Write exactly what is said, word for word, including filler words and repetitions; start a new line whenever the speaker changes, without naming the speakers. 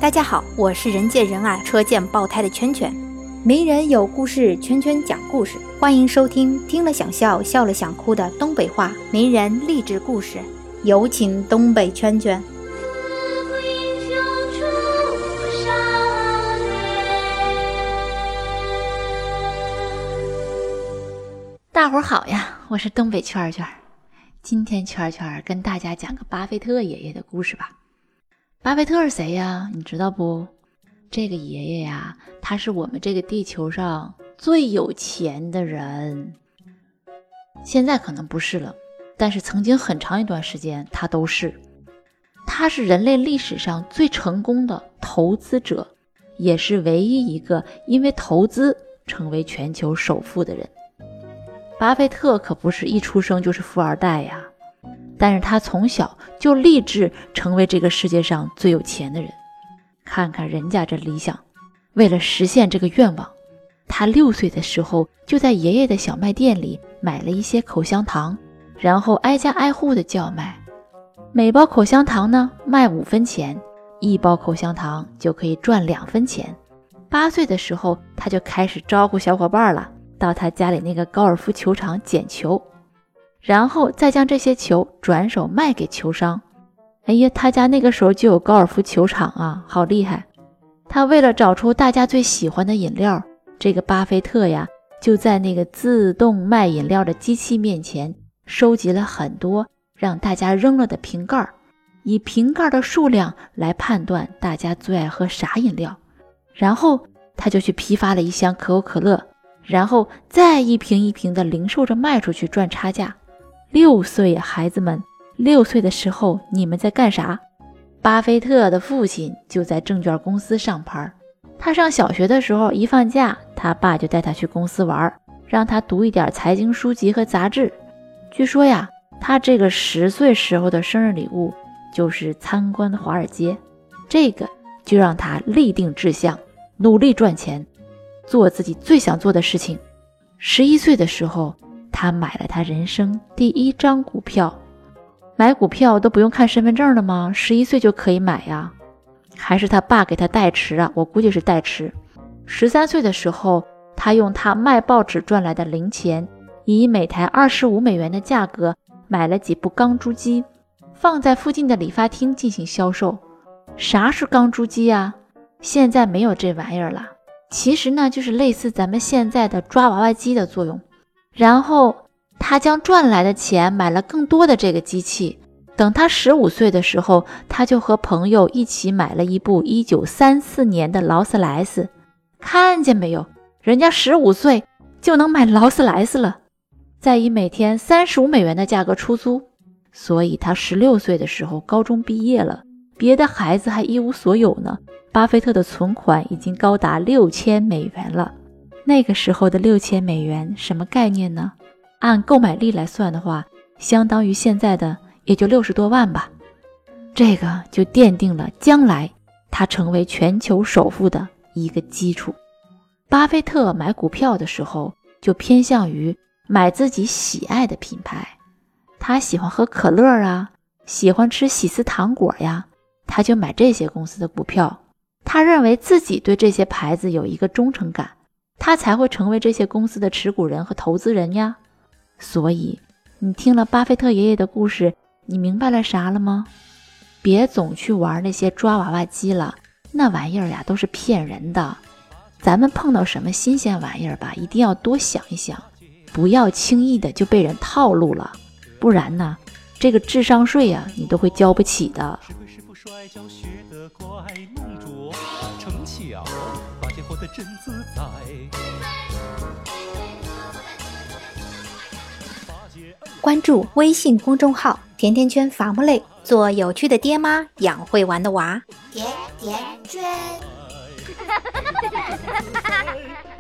大家好，我是人见人爱车见爆胎的圈圈，名人有故事，圈圈讲故事，欢迎收听听了想笑笑了想哭的东北话名人励志故事，有请东北圈圈。
大伙儿好呀，我是东北圈圈。今天圈圈跟大家讲个巴菲特爷爷的故事吧。巴菲特是谁呀？你知道不？这个爷爷呀，他是我们这个地球上最有钱的人。现在可能不是了，但是曾经很长一段时间他都是。他是人类历史上最成功的投资者，也是唯一一个因为投资成为全球首富的人。巴菲特可不是一出生就是富二代呀，但是他从小就立志成为这个世界上最有钱的人。看看人家这理想，为了实现这个愿望，他六岁的时候就在爷爷的小卖店里买了一些口香糖，然后挨家挨户的叫卖，每包口香糖呢卖五分钱，一包口香糖就可以赚两分钱。八岁的时候他就开始招呼小伙伴了，到他家里那个高尔夫球场捡球，然后再将这些球转手卖给球商。哎呀，他家那个时候就有高尔夫球场啊，好厉害。他为了找出大家最喜欢的饮料，这个巴菲特呀，就在那个自动卖饮料的机器面前收集了很多让大家扔了的瓶盖，以瓶盖的数量来判断大家最爱喝啥饮料。然后他就去批发了一箱可口可乐，然后再一瓶一瓶的零售着卖出去赚差价。六岁呀，孩子们，六岁的时候你们在干啥？巴菲特的父亲就在证券公司上班。他上小学的时候一放假，他爸就带他去公司玩，让他读一点财经书籍和杂志。据说呀，他这个十岁时候的生日礼物就是参观华尔街，这个就让他立定志向，努力赚钱，做自己最想做的事情。十一岁的时候，他买了他人生第一张股票。买股票都不用看身份证了吗？十一岁就可以买呀？还是他爸给他代持啊？我估计是代持。十三岁的时候，他用他卖报纸赚来的零钱，以每台二十五美元的价格买了几部钢珠机，放在附近的理发厅进行销售。啥是钢珠机啊？现在没有这玩意儿了。其实呢，就是类似咱们现在的抓娃娃机的作用。然后他将赚来的钱买了更多的这个机器。等他十五岁的时候，他就和朋友一起买了一部一九三四年的劳斯莱斯。看见没有，人家十五岁就能买劳斯莱斯了，再以每天三十五美元的价格出租。所以他十六岁的时候高中毕业了，别的孩子还一无所有呢。巴菲特的存款已经高达六千美元了。那个时候的六千美元什么概念呢？按购买力来算的话，相当于现在的也就六十多万吧。这个就奠定了将来他成为全球首富的一个基础。巴菲特买股票的时候就偏向于买自己喜爱的品牌，他喜欢喝可乐啊，喜欢吃喜司糖果呀，他就买这些公司的股票。他认为自己对这些牌子有一个忠诚感，他才会成为这些公司的持股人和投资人呀。所以你听了巴菲特爷爷的故事，你明白了啥了吗？别总去玩那些抓娃娃机了，那玩意儿呀都是骗人的。咱们碰到什么新鲜玩意儿吧，一定要多想一想，不要轻易的就被人套路了，不然呢，这个智商税呀你都会交不起的。
关注微信公众号甜甜圈伐木累，做有趣的爹妈，养会玩的娃。甜甜圈